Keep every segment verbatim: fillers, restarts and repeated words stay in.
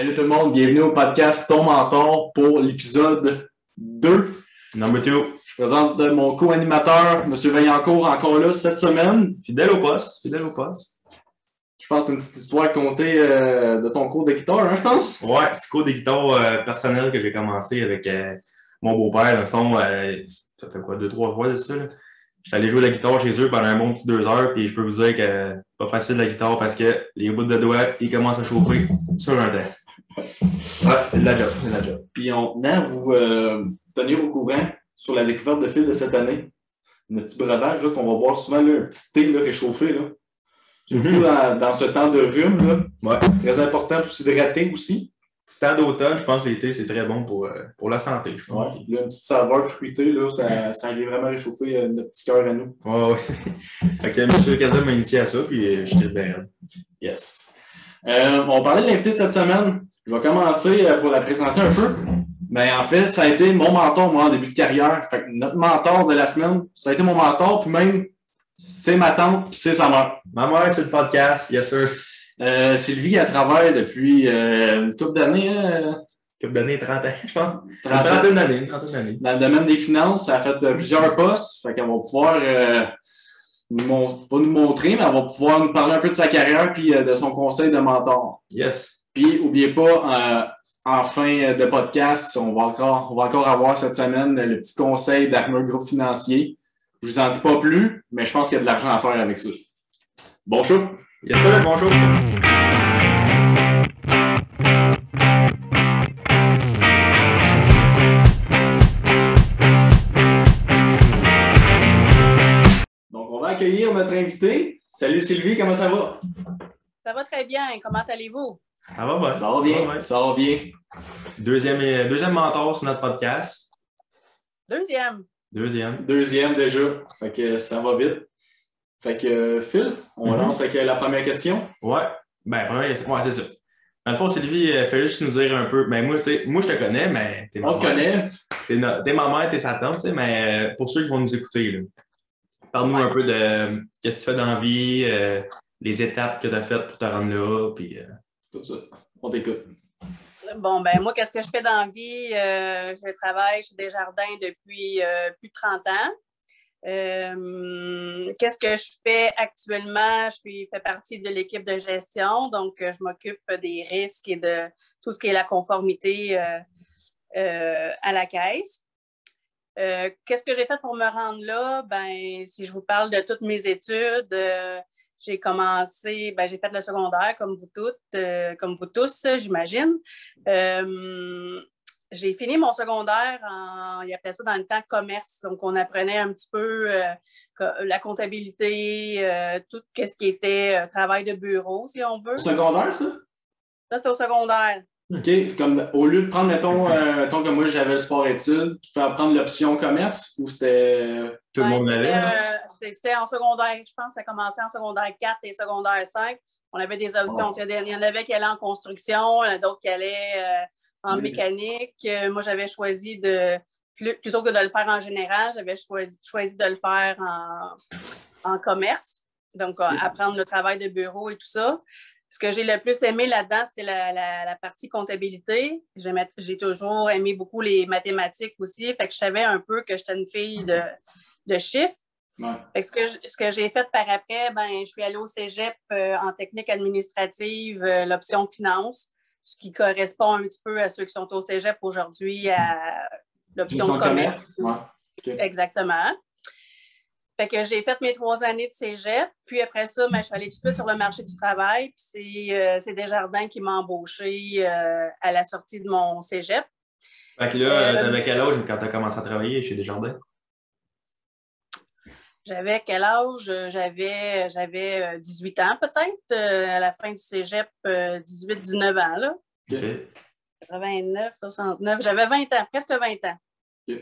Salut tout le monde, bienvenue au podcast Ton Mentor pour l'épisode deux. Number two. Je présente mon co-animateur, M. Vaillancourt, encore là cette semaine. Fidèle au poste, fidèle au poste. Je pense que c'est une petite histoire à compter euh, de ton cours de guitare, hein, je pense? Ouais, petit cours de guitare euh, personnel que j'ai commencé avec euh, mon beau-père. Dans le fond, euh, ça fait quoi, deux, trois fois de ça, là? J'étais allé jouer la guitare chez eux pendant un bon petit deux heures, puis je peux vous dire que c'est pas facile la guitare parce que les bouts de doigts, ils commencent à chauffer sur un temps. Ouais, c'est de la job, c'est de la job. Puis on tenait à vous euh, tenir au courant sur la découverte de fil de cette année. Notre petit breuvage là, qu'on va boire souvent, là, un petit thé là, réchauffé. Là. Surtout mm-hmm. dans, dans ce temps de rhume. Là. Ouais. Très important pour s'hydrater aussi. Petit temps d'automne, je pense que l'été, c'est très bon pour, euh, pour la santé. Je pense. Ouais, là, une petite saveur fruitée, là, ça, ça vient vraiment réchauffer euh, notre petit cœur à nous. Ouais, ouais. Fait que M. Cazal m'a initié à ça, puis euh, j'étais bien. Yes. Euh, on parlait de l'invité de cette semaine. Je vais commencer euh, pour la présenter un peu. Mais en fait, ça a été mon mentor, moi, en début de carrière. Fait que notre mentor de la semaine, ça a été mon mentor, puis même, c'est ma tante, puis c'est sa mère. Ma mère, c'est le podcast, yes sir. Euh, Sylvie, elle travaille depuis euh, une couple d'années. Hein? Une couple d'années, trente ans, je pense. trente trentaine d'années, trentaine d'années. Dans le domaine des finances, elle a fait euh, plusieurs postes. Fait qu'elle va pouvoir, euh, nous mon- pas nous montrer, mais elle va pouvoir nous parler un peu de sa carrière puis euh, de son conseil de mentor. Yes. Puis, n'oubliez pas, euh, en fin de podcast, on va, encore, on va encore avoir cette semaine le petit conseil d'Armor Groupe Financier. Je vous en dis pas plus, mais je pense qu'il y a de l'argent à faire avec ça. Bon show! Yes sir, bon show! Donc, on va accueillir notre invité. Salut Sylvie, comment ça va? Ça va très bien. Comment allez-vous? Ça va bien. Ça va bien, ouais. ça va bien. Deuxième, deuxième mentor sur notre podcast. Deuxième. Deuxième. Deuxième déjà. Fait que ça va vite. Fait que Phil, on Mm-hmm. lance avec la première question. Ouais. Ben, première question. Ouais, c'est ça. Dans le fond, Sylvie, il fallait juste nous dire un peu. Ben, moi, tu sais, moi, je te connais, mais t'es ma On te connaît. T'es, no... t'es ma mère, t'es sa tante, tu sais, mais euh, pour ceux qui vont nous écouter, là, parle-nous Ouais. un peu de euh, qu'est-ce que tu fais dans la vie, euh, les étapes que tu as faites pour te rendre là, puis. Euh... Tout ça. On t'écoute. Bon, ben moi, qu'est-ce que je fais dans la vie? Euh, je travaille chez Desjardins depuis euh, plus de trente ans. Euh, qu'est-ce que je fais actuellement? Je suis, fais partie de l'équipe de gestion, donc euh, je m'occupe des risques et de tout ce qui est la conformité euh, euh, à la caisse. Euh, qu'est-ce que j'ai fait pour me rendre là? Ben, si je vous parle de toutes mes études, euh, j'ai commencé, ben, j'ai fait le secondaire comme vous toutes, euh, comme vous tous, j'imagine. Euh, j'ai fini mon secondaire en, il appelait ça dans le temps commerce, donc on apprenait un petit peu euh, la comptabilité, euh, tout ce qui était euh, travail de bureau, si on veut. Au secondaire, ça? Ça, c'était au secondaire. OK. Comme, au lieu de prendre, mettons, euh, mettons que moi, j'avais le sport-études, tu peux prendre l'option commerce ou c'était... Tout le Ouais, monde c'était, l'avait. euh, c'était, c'était en secondaire. Je pense que ça commençait en secondaire quatre et secondaire cinq. On avait des options. Oh. Il y en avait qui allaient en construction, il y en a d'autres qui allaient euh, en Oui. mécanique. Euh, moi, j'avais choisi de, plutôt que de le faire en général, j'avais choisi, choisi de le faire en, en commerce. Donc, Oui. apprendre le travail de bureau et tout ça. Ce que j'ai le plus aimé là-dedans, c'était la, la, la partie comptabilité. J'aimais, j'ai toujours aimé beaucoup les mathématiques aussi. Fait que je savais un peu que j'étais une fille de, de chiffres. Ouais. Fait que ce que, je, ce que j'ai fait par après, ben, je suis allée au cégep euh, en technique administrative, euh, l'option finance, ce qui correspond un petit peu à ceux qui sont au cégep aujourd'hui à l'option Gestion de commerce. commerce. Ouais. OK. Exactement. Fait que j'ai fait mes trois années de cégep, puis après ça, ben, je suis allée tout de suite sur le marché du travail, puis c'est, euh, c'est Desjardins qui m'a embauchée euh, à la sortie de mon cégep. Fait que là, Euh, t'avais quel âge quand tu as commencé à travailler chez Desjardins? J'avais quel âge? J'avais, j'avais dix-huit ans peut-être, euh, à la fin du cégep, euh, dix-huit dix-neuf ans, là. OK. quatre-vingt-neuf, soixante-neuf, j'avais vingt ans, presque vingt ans. OK.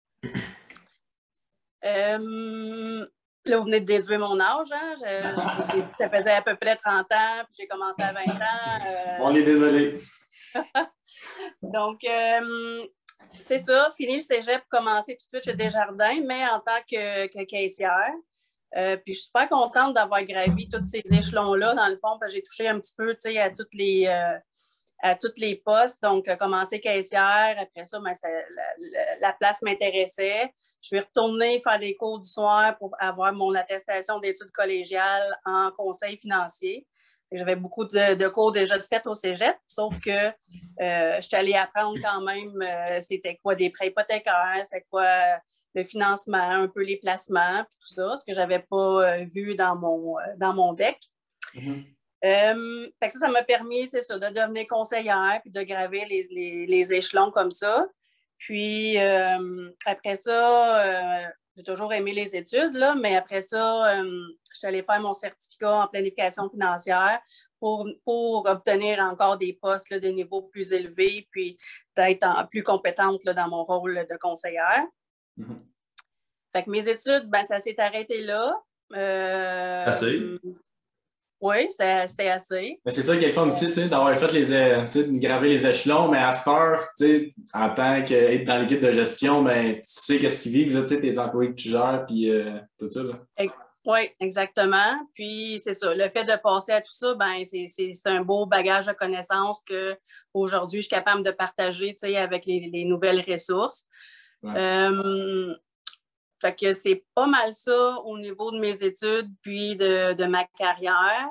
Euh, là, vous venez de déduire mon âge, hein? Je, je me suis dit que ça faisait à peu près trente ans, puis j'ai commencé à vingt ans. euh, On est désolé. Donc, euh, c'est ça, fini le cégep, commencé tout de suite chez Desjardins, mais en tant que, que caissière. Euh, puis je suis super contente d'avoir gravi tous ces échelons-là, dans le fond, parce que j'ai touché un petit peu, tu sais, à toutes les, euh, à tous les postes. Donc, euh, commencer caissière. Après ça, ben, ça, la, la, la place m'intéressait. Je suis retournée faire des cours du soir pour avoir mon attestation d'études collégiales en conseil financier. J'avais beaucoup de, de cours déjà de fait au cégep, sauf que euh, je suis allée apprendre quand même euh, c'était quoi des prêts hypothécaires, c'était quoi le financement, un peu les placements, puis tout ça, ce que je n'avais pas euh, vu dans mon, euh, dans mon deck. Mm-hmm. euh, fait que ça, ça m'a permis, c'est ça, de devenir conseillère puis de gravir les, les, les échelons comme ça. Puis euh, après ça, euh, j'ai toujours aimé les études, là, mais après ça, euh, je suis allée faire mon certificat en planification financière pour, pour obtenir encore des postes là, de niveau plus élevé, puis d'être en, plus compétente là, dans mon rôle de conseillère. Mm-hmm. Fait que mes études, ben, ça s'est arrêté là. Euh, assez? Oui, c'était, c'était assez. Mais c'est ça qui est le fun aussi, d'avoir fait les, de graver les échelons, mais à cette heure, en tant qu'être dans l'équipe de gestion, ben, tu sais qu'est-ce qu'ils vivent, là, tes employés que tu gères, puis euh, tout ça. Là. Oui, exactement. Puis c'est ça, le fait de passer à tout ça, ben, c'est, c'est, c'est un beau bagage de connaissances qu'aujourd'hui, je suis capable de partager avec les, les nouvelles ressources. Ouais. Euh, Fait que c'est pas mal ça au niveau de mes études puis de, de ma carrière.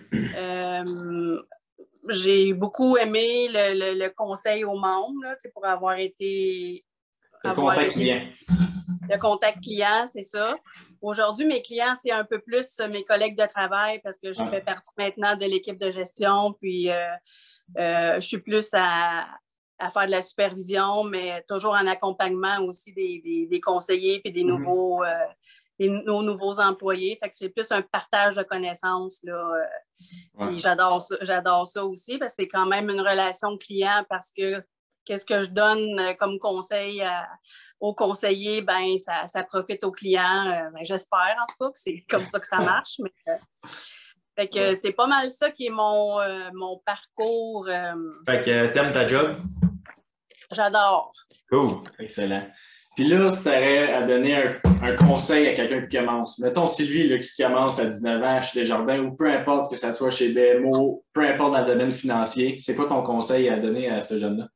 Euh, j'ai beaucoup aimé le, le, le conseil aux membres là, pour avoir été... Le avoir contact été, client. Le contact client, c'est ça. Aujourd'hui, mes clients, c'est un peu plus mes collègues de travail parce que je ah. fais partie maintenant de l'équipe de gestion puis euh, euh, je suis plus à... à faire de la supervision, mais toujours en accompagnement aussi des, des, des conseillers puis des nouveaux, mm-hmm. euh, des, nos nouveaux employés. Fait que c'est plus un partage de connaissances, là. Ouais. Puis j'adore ça, j'adore ça aussi parce que c'est quand même une relation client parce que qu'est-ce que je donne comme conseil à, aux conseillers, ben ça, ça profite aux clients. Ben, j'espère en tout cas que c'est comme ça que ça marche, mais... Euh, Fait que ouais. C'est pas mal ça qui est mon, euh, mon parcours. Euh... Fait que t'aimes ta job? J'adore. Cool. Excellent. Puis là, si tu avais à donner un, un conseil à quelqu'un qui commence, mettons Sylvie là, qui commence à dix-neuf ans chez Desjardins ou peu importe que ça soit chez B M O, peu importe dans le domaine financier, c'est quoi ton conseil à donner à ce jeune-là?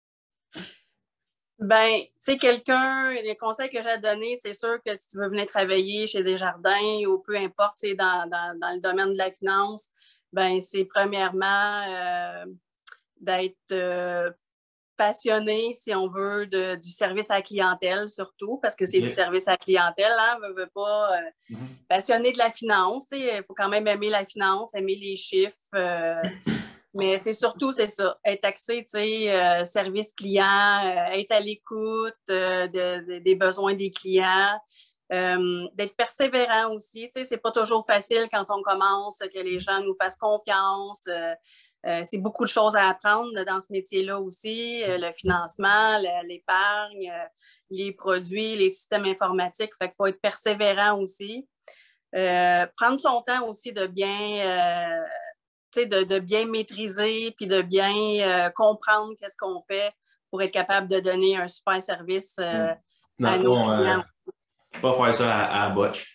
Ben, tu sais, quelqu'un, les conseils que j'ai à donner, c'est sûr que si tu veux venir travailler chez Desjardins ou peu importe, tu sais, dans, dans, dans le domaine de la finance, ben, c'est premièrement euh, d'être euh, passionné, si on veut, de, du service à la clientèle surtout, parce que c'est okay. Du service à la clientèle, hein, veut, veut pas. Euh, mm-hmm. Passionné de la finance, tu sais, il faut quand même aimer la finance, aimer les chiffres. Euh, Mais c'est surtout, c'est ça, être axé, tu sais, euh, service client, euh, être à l'écoute euh, de, de, des besoins des clients, euh, d'être persévérant aussi. Tu sais, c'est pas toujours facile quand on commence, que les gens nous fassent confiance. Euh, euh, c'est beaucoup de choses à apprendre dans ce métier-là aussi, euh, le financement, le, l'épargne, euh, les produits, les systèmes informatiques. Fait qu'il faut être persévérant aussi. Euh, prendre son temps aussi de bien... Euh, De, de bien maîtriser puis de bien euh, comprendre qu'est-ce qu'on fait pour être capable de donner un super service euh, à nos fond, clients. Euh, pas faire ça à, à botch.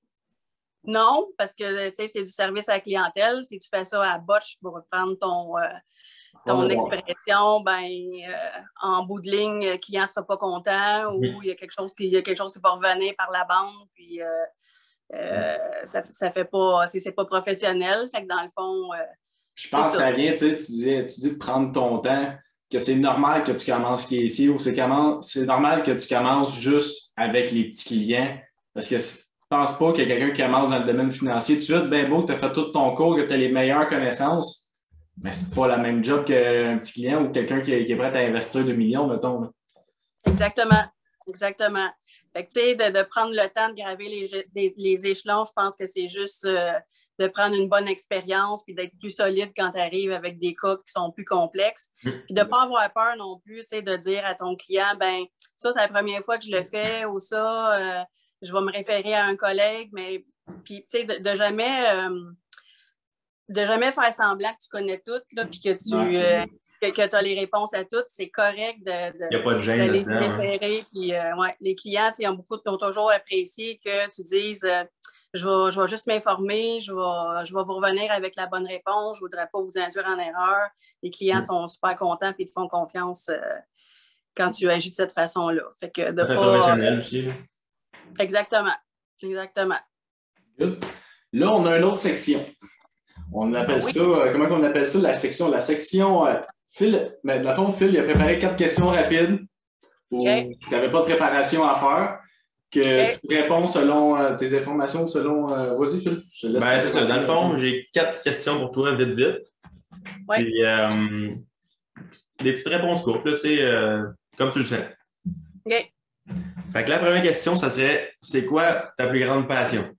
Non, parce que c'est du service à la clientèle. Si tu fais ça à botch pour reprendre ton, euh, ton ouais, expression, ben, euh, en bout de ligne, le client ne sera pas content oui. Ou il y a quelque chose qui, il y a quelque chose qui va revenir par la bande. Puis, euh, Euh, ça, ça fait pas, c'est, c'est pas professionnel. Fait que dans le fond, euh, je pense que ça vient, tu sais, tu dis, tu dis de prendre ton temps, que c'est normal que tu commences caissier ou c'est, c'est normal que tu commences juste avec les petits clients. Parce que je pense pas qu'il y a quelqu'un qui commence dans le domaine financier. Tu as bien beau que tu as fait tout ton cours, que tu as les meilleures connaissances, mais c'est pas la même job qu'un petit client ou quelqu'un qui est, qui est prêt à investir deux millions, mettons. Là. Exactement. Exactement. Fait que, tu sais, de, de prendre le temps de graver les, les, les échelons, je pense que c'est juste euh, de prendre une bonne expérience puis d'être plus solide quand tu arrives avec des cas qui sont plus complexes. Puis de ne pas avoir peur non plus, tu sais, de dire à ton client, ben ça, c'est la première fois que je le fais ou ça, euh, je vais me référer à un collègue, mais puis, tu sais, de, de jamais euh, de jamais faire semblant que tu connais tout, là, puis que tu... Euh, que, que tu as les réponses à toutes, c'est correct de, de, Il y a pas de, gêne de les référer. Hein. Puis, euh, ouais, les clients, ils ont, beaucoup, ont toujours apprécié que tu dises euh, je vais, je vais juste m'informer, je vais, je vais vous revenir avec la bonne réponse, je ne voudrais pas vous induire en erreur. Les clients mmh. sont super contents et te font confiance euh, quand tu agis de cette façon-là. Fait que de ça fait pas, professionnel euh, aussi. Là. Exactement. Exactement. Good. Là, on a une autre section. On appelle oui. ça, euh, comment on appelle ça, la section? La section, euh, Phil, mais dans le fond, Phil, il a préparé quatre questions rapides où okay. tu n'avais pas de préparation à faire, que okay. tu réponds selon euh, tes informations, selon... Euh, vas-y, Phil, je te laisse. Ben, c'est ça. Dans le fond, j'ai quatre questions pour toi, vite, vite. Oui. Puis, euh, des petites réponses courtes, là, tu sais, euh, comme tu le sais. OK. Fait que la première question, ça serait, c'est quoi ta plus grande passion?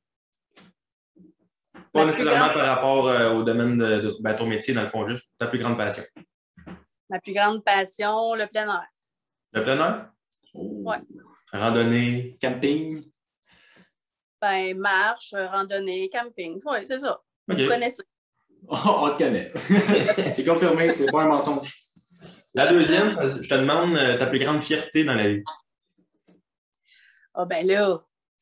Pas nécessairement grande... par rapport euh, au domaine de, de ben, ton métier, dans le fond, juste ta plus grande passion. Ma plus grande passion, le plein air. Le plein air? Oui. Randonnée, camping? Ben, marche, randonnée, camping. Oui, c'est ça. Okay. Vous connaissez. Oh, on te connaît. C'est confirmé, c'est pas un mensonge. La deuxième, je te demande euh, ta plus grande fierté dans la vie. Ah, oh, ben là.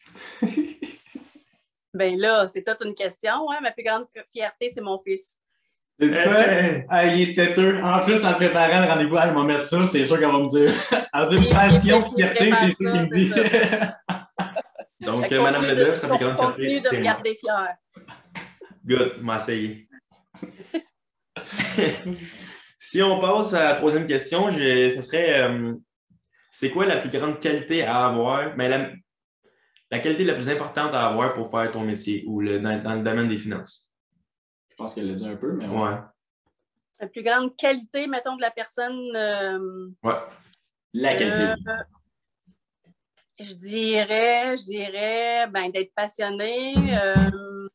Ben là, c'est toute une question. Hein? Ma plus grande fierté, c'est mon fils. Tu sais quoi? Hey. Ah, il est têteux. En plus, en préparant le rendez-vous, elle va mettre ça, c'est sûr qu'elle va me dire. Elle dit passion, fierté, c'est ça qu'il me dit. Donc, euh, Mme Leboeuf, sa plus grande fierté. Continue de regarder fier. Good, on va essayer. Si on passe à la troisième question, ce serait euh, c'est quoi la plus grande qualité à avoir? Mais la, la qualité la plus importante à avoir pour faire ton métier ou le, dans, dans le domaine des finances? Je pense qu'elle l'a dit un peu, mais ouais. ouais. La plus grande qualité, mettons, de la personne. Euh, ouais. La qualité. Euh, je dirais, je dirais, ben, d'être passionné. Euh,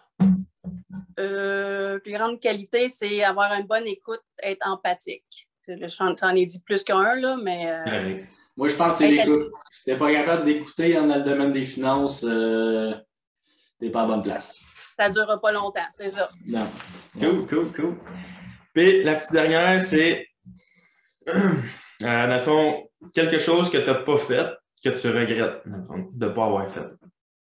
euh, plus grande qualité, c'est avoir une bonne écoute, être empathique. J'en ai dit plus qu'un, là, mais... Euh, ouais. Moi, je pense que c'est l'écoute. Si t'es pas capable d'écouter dans le domaine des finances, euh, t'es pas à bonne place. Ça ne durera pas longtemps, c'est ça. Non. Cool, cool, cool. Puis la petite dernière, c'est, euh, dans le fond, quelque chose que tu n'as pas fait, que tu regrettes, dans le fond, de ne pas avoir fait.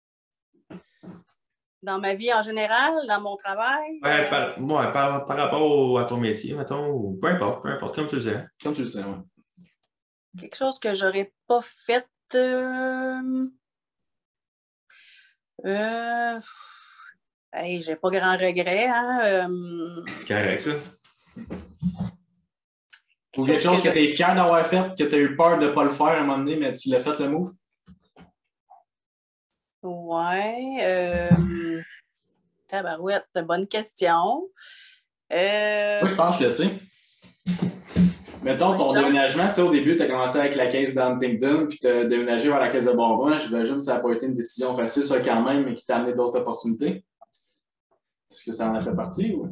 Dans ma vie en général, dans mon travail? Ouais, euh... par, ouais, par, par rapport au, à ton métier, mettons, ou peu importe, peu importe, comme tu le sais. Comme tu le sais, oui. Quelque chose que je n'aurais pas fait. Euh... Euh... Hey, j'ai pas grand regret. Hein? Euh... C'est correct, ça. Ou quelque chose que, que tu es fier d'avoir fait, que tu as eu peur de ne pas le faire à un moment donné, mais tu l'as fait le move? Ouais. Euh... Tabarouette, bonne question. Euh... Moi, je pense que je le sais. Mettons, ton ouais, déménagement, tu sais, au début, tu as commencé avec la caisse d'Huntington, puis tu as déménagé vers la caisse de Bourbon. J'imagine que ça n'a pas été une décision facile, ça, quand même, mais qui t'a amené d'autres opportunités. Est-ce que ça en a fait partie? Ou...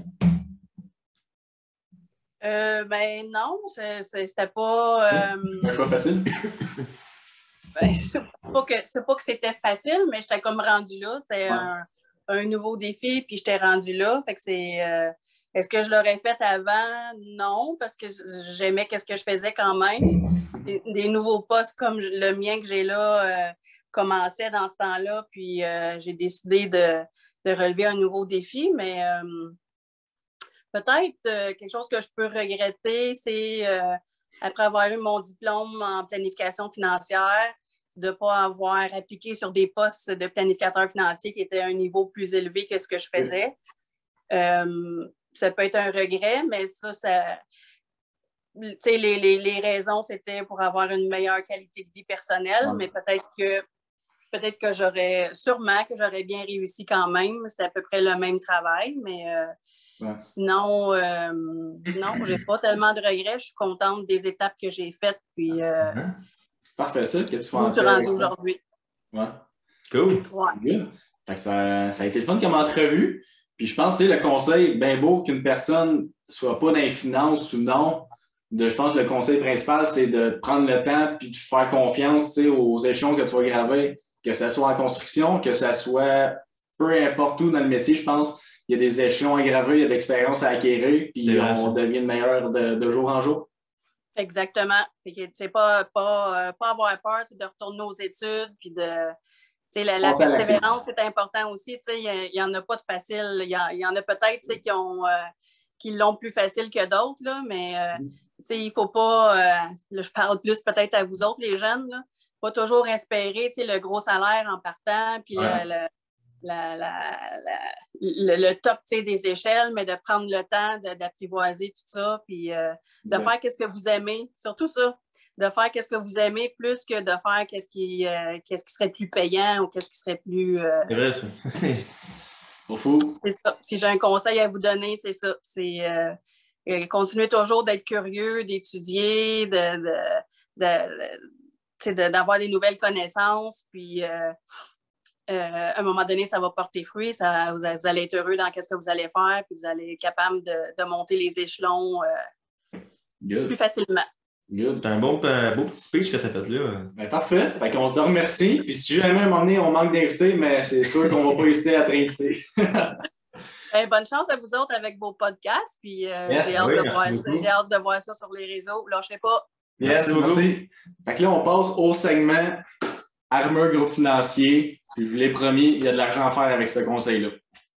Euh, ben non, c'était pas... Euh... Un choix facile? Ben, c'est pas que, c'est pas que c'était facile, mais j'étais comme rendu là. C'était ouais. un, un nouveau défi, puis j'étais rendu là. Fait que c'est... Euh... Est-ce que je l'aurais fait avant? Non, parce que j'aimais qu'est-ce que je faisais quand même. Des, des nouveaux postes comme le mien que j'ai là euh, commençaient dans ce temps-là, puis euh, j'ai décidé de, de relever un nouveau défi, mais euh, peut-être euh, quelque chose que je peux regretter, c'est euh, après avoir eu mon diplôme en planification financière, c'est de ne pas avoir appliqué sur des postes de planificateur financier qui étaient à un niveau plus élevé que ce que je faisais. Euh, ça peut être un regret, mais ça, ça tu sais, les, les, les raisons, c'était pour avoir une meilleure qualité de vie personnelle, ouais. mais peut-être que peut-être que j'aurais, sûrement que j'aurais bien réussi quand même. C'était à peu près le même travail, mais euh, ouais. sinon, euh, non, j'ai pas tellement de regrets. Je suis contente des étapes que j'ai faites, puis... Euh, mm-hmm. Parfait, ça, que tu fais je suis rendue aujourd'hui. Ouais. Cool. Ouais. Good. Fait que ça, ça a été le fun comme entrevue. Puis je pense que le conseil, bien beau qu'une personne ne soit pas dans les finances ou non, de, je pense que le conseil principal, c'est de prendre le temps puis de faire confiance aux échelons que tu vas graver, que ce soit en construction, que ce soit peu importe où dans le métier, je pense qu'il y a des échelons à graver, il y a de l'expérience à acquérir, puis on devient meilleur de, de jour en jour. Exactement. C'est pas, pas, pas avoir peur de retourner aux études, puis de... La, la persévérance, c'est important aussi. Il n'y en a pas de facile. Il y, y en a peut-être qui, ont, euh, qui l'ont plus facile que d'autres, là, mais euh, il ne faut pas, euh, là, je parle plus peut-être à vous autres, les jeunes, là, pas toujours espérer le gros salaire en partant, puis ouais. le, le, la, la, la, le, le top des échelles, mais de prendre le temps d'apprivoiser tout ça, puis euh, de ouais. faire ce que vous aimez. Surtout ça. De faire qu'est-ce que vous aimez plus que de faire qu'est-ce qui, euh, qu'est-ce qui serait plus payant ou qu'est-ce qui serait plus... Euh... C'est vrai, ça. C'est ça. Si j'ai un conseil à vous donner, c'est ça. C'est euh, continuer toujours d'être curieux, d'étudier, de, de, de, de, d'avoir des nouvelles connaissances, puis euh, euh, à un moment donné, ça va porter fruit, ça, vous, vous allez être heureux dans qu'est-ce que vous allez faire, puis vous allez être capable de, de monter les échelons euh, plus facilement. C'est un bon, un beau petit speech que tu as fait là. Ben, parfait. Fait qu'on te remercie. Puis si jamais à un moment donné, on manque d'invités, mais c'est sûr qu'on ne va pas hésiter à te réinviter. Ben, bonne chance à vous autres avec vos podcasts. Puis euh, yes, j'ai, hâte oui, de voir ça. j'ai hâte de voir ça sur les réseaux. Lâchez pas. Yes, merci. merci. Fait que là, on passe au segment Armure Groupe Financier. Puis je vous l'ai promis, il y a de l'argent à faire avec ce conseil-là.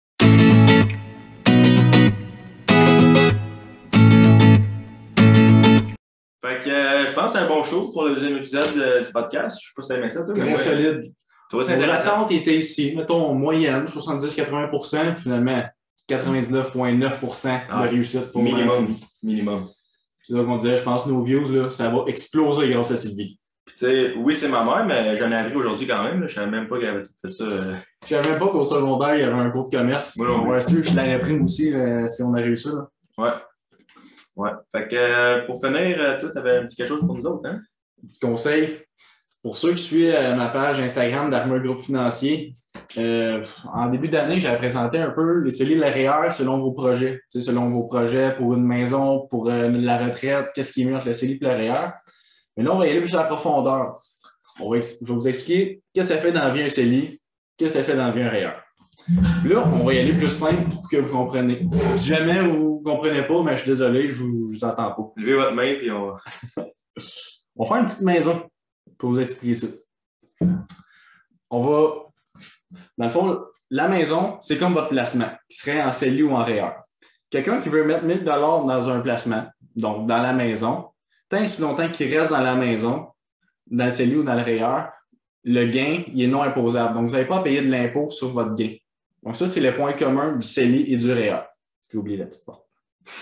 Fait que euh, je pense que c'est un bon show pour le deuxième épisode de, du podcast. Je sais pas si tu aimé ça, toi. Très solide. Nos attentes étaient ici, mettons en moyenne, soixante-dix à quatre-vingts pour cent, finalement quatre-vingt-dix-neuf virgule neuf pour cent ah, de réussite pour minimum. Minimum. C'est ça qu'on disait, je pense que nos views, là, ça va exploser grâce à Sylvie. Puis tu sais, oui, c'est ma mère, mais j'en ai appris aujourd'hui quand même. Là. Je savais même pas qu'elle avait fait ça. Euh... Je savais même pas qu'au secondaire, il y avait un cours de commerce. Moi, on va sûr, je l'aurais appris aussi euh, si on a réussi. Là. Ouais. Ouais. Fait que euh, pour finir, euh, toi, tu avais un petit quelque chose pour nous autres, hein? Un petit conseil. Pour ceux qui suivent euh, ma page Instagram d'Armure Groupe Financier, euh, en début d'année, j'avais présenté un peu les C E L I et la R E E R selon vos projets. Tu sais, selon vos projets pour une maison, pour euh, la retraite, qu'est-ce qui est mieux entre le C E L I et la R E E R. Mais là, on va y aller plus à la profondeur. On va je vais vous expliquer qu'est-ce que ça fait dans la vie un C E L I, qu'est-ce que ça fait dans la vie un R E E R. Là, on va y aller plus simple pour que vous compreniez. Si jamais vous ne comprenez pas, mais je suis désolé, je ne vous entends pas. Levez votre main et on va... on va faire une petite maison pour vous expliquer ça. On va... Dans le fond, la maison, c'est comme votre placement, qui serait en C E L I ou en R E E R. Quelqu'un qui veut mettre mille dollars dans un placement, donc dans la maison, tant et si longtemps qu'il reste dans la maison, dans le C E L I ou dans le R E E R, le gain, il est non imposable. Donc, vous n'avez pas à payer de l'impôt sur votre gain. Donc, ça, c'est le point commun du C E L I et du R E E R. J'ai oublié la petite porte.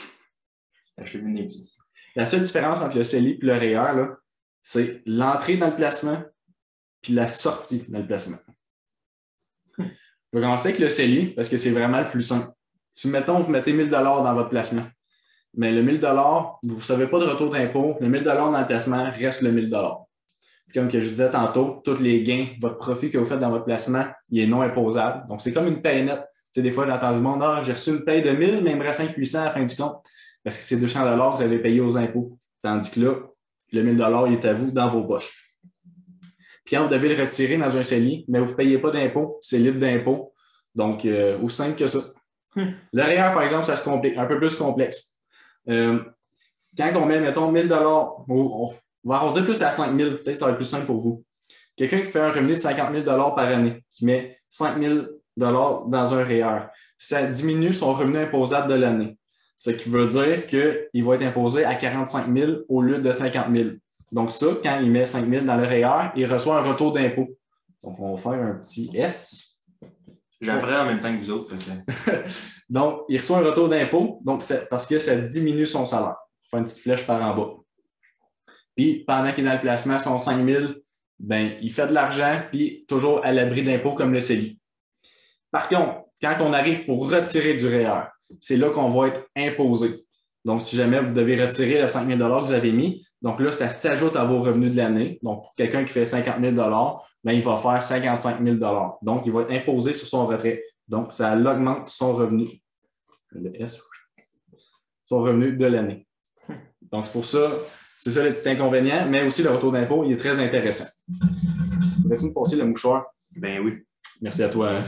La seule différence entre le C E L I et le R E E R, là, c'est l'entrée dans le placement puis la sortie dans le placement. Je vais commencer avec le C E L I parce que c'est vraiment le plus simple. Si, mettons, vous mettez mille dollars dans votre placement, mais le mille dollars, vous ne recevez pas de retour d'impôt, le mille dollars dans le placement reste le mille dollars. Comme que je disais tantôt, tous les gains, votre profit que vous faites dans votre placement, il est non imposable. Donc, c'est comme une paye nette. Tu sais, des fois, dans le monde, ah, j'ai reçu une paye de mille, mais il me reste cinq mille huit cents à la fin du compte. Parce que c'est deux cents dollars que vous avez payé aux impôts. Tandis que là, le mille dollars, il est à vous dans vos poches. Puis quand vous devez le retirer dans un C E L I, mais vous ne payez pas d'impôt, c'est libre d'impôt. Donc, euh, aussi simple que ça. Hum. Le R E E R, par exemple, ça se complique, un peu plus complexe. Euh, quand on met, mettons, mille dollars, on, on va arrondir plus à cinq mille, peut-être que ça va être plus simple pour vous. Quelqu'un qui fait un revenu de cinquante mille dollars par année, qui met cinq mille dollars dans un R E E R, ça diminue son revenu imposable de l'année. Ce qui veut dire qu'il va être imposé à quarante-cinq mille au lieu de cinquante mille. Donc ça, quand il met cinq mille dans le R E E R, il reçoit un retour d'impôt. Donc, on va faire un petit S. J'apprends en même temps que vous autres. Okay. Donc, il reçoit un retour d'impôt donc parce que ça diminue son salaire. On va faire une petite flèche par en bas. Puis, pendant qu'il est dans le placement, son cinq mille, ben, il fait de l'argent, puis toujours à l'abri de l'impôt comme le C E L I. Par contre, quand on arrive pour retirer du R E E R, c'est là qu'on va être imposé. Donc, si jamais vous devez retirer les cinq mille dollars que vous avez mis, donc là, ça s'ajoute à vos revenus de l'année. Donc, pour quelqu'un qui fait cinquante mille dollars, ben, il va faire cinquante-cinq mille dollars. Donc, il va être imposé sur son retrait. Donc, ça augmente son revenu. Le S, son revenu de l'année. Donc, c'est pour ça, c'est ça le petit inconvénient, mais aussi le retour d'impôt, il est très intéressant. Laisse-moi passer le mouchoir. Ben oui. Merci à toi. Hein?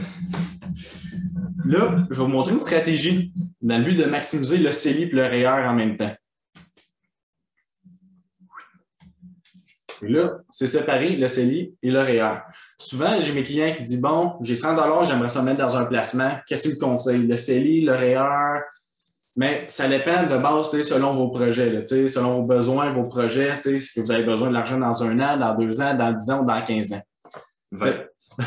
Là, je vais vous montrer une stratégie dans le but de maximiser le C E L I et le R E E R en même temps. Et là, c'est séparé, le C E L I et le R E E R. Souvent, j'ai mes clients qui disent, bon, j'ai cent dollars, j'aimerais ça mettre dans un placement. Qu'est-ce que tu me conseilles? Le C E L I, le R E E R? Mais ça dépend de base, selon vos projets, là, selon vos besoins, vos projets, est-ce que vous avez besoin de l'argent dans un an, dans deux ans, dans dix ans ou dans quinze ans. Ouais.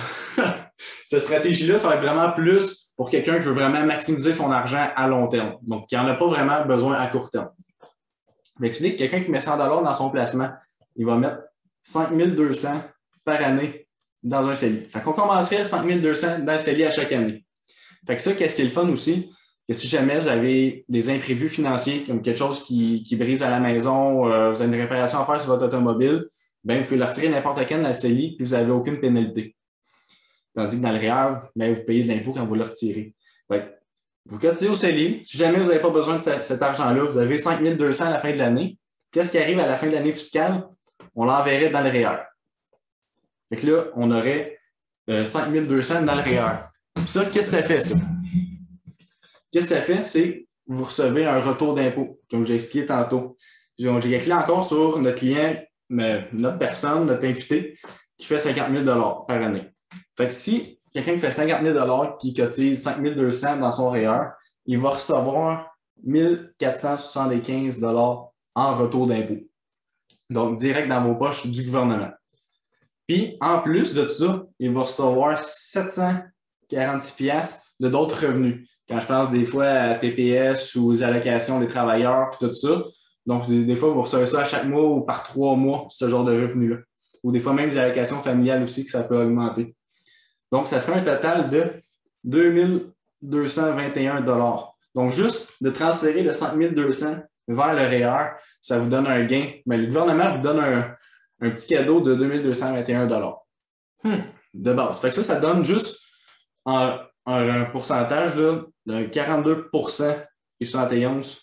Cette stratégie-là, ça va être vraiment plus pour quelqu'un qui veut vraiment maximiser son argent à long terme. Donc, qui n'en a pas vraiment besoin à court terme. Mais tu dis que quelqu'un qui met cent dollars dans son placement, il va mettre cinq mille deux cents par année dans un C E L I. Fait qu'on commencerait cinq mille deux cents dans le C E L I à chaque année. Fait que ça, qu'est-ce qui est le fun aussi? Que si jamais vous avez des imprévus financiers, comme quelque chose qui, qui brise à la maison, euh, vous avez une réparation à faire sur votre automobile, bien, vous pouvez le retirer n'importe quand dans le C E L I puis vous n'avez aucune pénalité. Tandis que dans le R E E R, bien, vous payez de l'impôt quand vous le retirez. Fait que vous cotisez au C E L I. Si jamais vous n'avez pas besoin de cet argent-là, vous avez cinq mille deux cents à la fin de l'année. Qu'est-ce qui arrive à la fin de l'année fiscale? On l'enverrait dans le R E E R. Fait que là, on aurait euh, cinq mille deux cents dans le R E E R. Puis ça, qu'est-ce que ça fait, ça? Qu'est-ce que ça fait? C'est que vous recevez un retour d'impôt, comme j'ai expliqué tantôt. J'ai calculé encore sur notre client, notre personne, notre invité, qui fait cinquante mille dollars par année. Fait que si quelqu'un qui fait cinquante mille dollars qui cotise cinq mille deux cents dans son R E E R, il va recevoir mille quatre cent soixante-quinze dollars en retour d'impôt. Donc, direct dans vos poches du gouvernement. Puis, en plus de tout ça, il va recevoir sept cent quarante-six dollars de d'autres revenus. Quand je pense des fois à T P S ou aux allocations des travailleurs, puis tout ça. Donc, des fois, vous recevez ça à chaque mois ou par trois mois, ce genre de revenus-là. Ou des fois même des allocations familiales aussi, que ça peut augmenter. Donc, ça fait un total de deux mille deux cent vingt et un dollars. Donc, juste de transférer le cinq mille deux cents vers le R E E R, ça vous donne un gain. Mais le gouvernement vous donne un, un petit cadeau de deux mille deux cent vingt et un dollars hmm. de base. Fait que ça, ça donne juste en, en, un pourcentage là, de quarante-deux pour cent et soixante et onze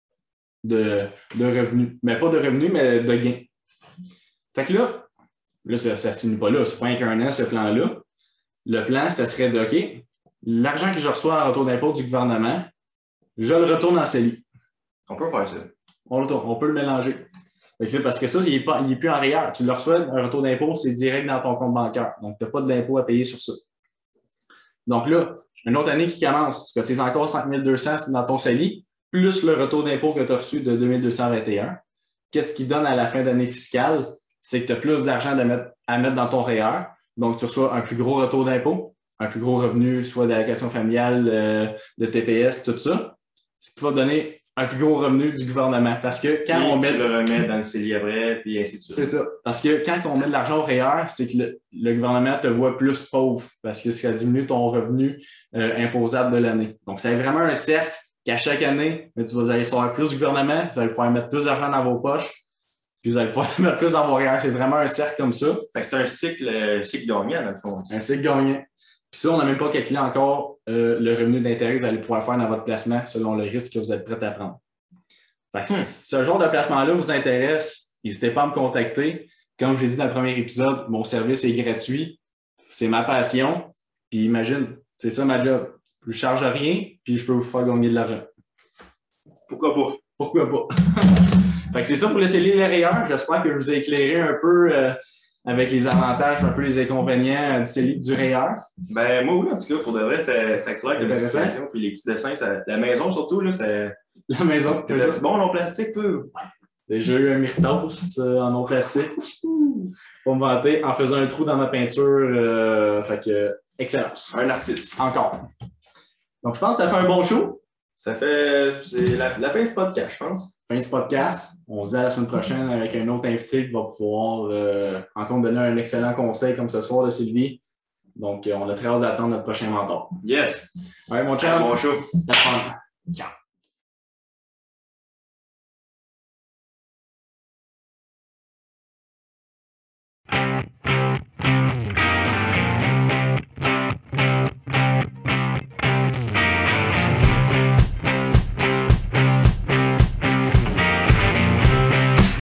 de, de revenus. Mais pas de revenus, mais de gains. Fait que là, là ça ne se finit pas là. C'est pas qu'un an, ce plan-là. Le plan, ça serait de, OK, l'argent que je reçois en retour d'impôt du gouvernement, je le retourne en C E L I. On peut faire ça. On, le, on peut le mélanger. Parce que ça, il n'est plus en R E E R. Tu le reçois, un retour d'impôt, c'est direct dans ton compte bancaire. Donc, tu n'as pas de l'impôt à payer sur ça. Donc là, une autre année qui commence, tu cotises encore cinq mille deux cents dans ton C E L I, plus le retour d'impôt que tu as reçu de deux mille deux cent vingt et un. Qu'est-ce qui donne à la fin d'année fiscale? C'est que tu as plus d'argent à mettre dans ton R E E R. Donc, tu reçois un plus gros retour d'impôt, un plus gros revenu, soit d'allocation familiale, euh, de T P S, tout ça. Ce qui va donner un plus gros revenu du gouvernement. Parce que quand puis on met. Tu le remets dans le C E L I après, puis ainsi de suite. C'est ça. Parce que quand on met de l'argent au R E E R, c'est que le, le gouvernement te voit plus pauvre parce que ça diminue ton revenu euh, imposable de l'année. Donc, c'est vraiment un cercle qu'à chaque année, tu vas aller recevoir plus du gouvernement, vous allez pouvoir mettre plus d'argent dans vos poches, puis vous allez pouvoir mettre plus dans vos R E E R. C'est vraiment un cercle comme ça. Fait que c'est un cycle, euh, cycle gagnant, dans le fond. Un cycle gagnant. Puis ça, on n'a même pas calculé encore euh, le revenu d'intérêt que vous allez pouvoir faire dans votre placement selon le risque que vous êtes prêt à prendre. Fait que hmm. si ce genre de placement-là vous intéresse, n'hésitez pas à me contacter. Comme je l'ai dit dans le premier épisode, mon service est gratuit. C'est ma passion. Puis imagine, c'est ça ma job. Je ne charge rien, puis je peux vous faire gagner de l'argent. Pourquoi pas? Pourquoi pas? Fait que c'est ça pour le C E L I et le R E E R. J'espère que je vous ai éclairé un peu euh, avec les avantages, un peu les inconvénients du C E L I et du R E E R. Ben, moi, oui, en tout cas, pour de vrai, c'était clair que l'explication, puis les petits dessins, ça, la maison surtout, là, c'était. La maison, c'était bon en plastique, toi? Déjà eu un Myrtos euh, en non plastique. Pour me vanter, en faisant un trou dans ma peinture. Euh, fait que, excellence. Un artiste. Encore. Donc, je pense que ça fait un bon show. Ça fait. C'est la, la fin du podcast, je pense. Fin du podcast. On se dit à la semaine prochaine avec un autre invité qui va pouvoir euh, encore donner un excellent conseil comme ce soir de Sylvie. Donc, on a très hâte d'attendre notre prochain mentor. Yes. Ouais, mon chum. Bon show. Ciao.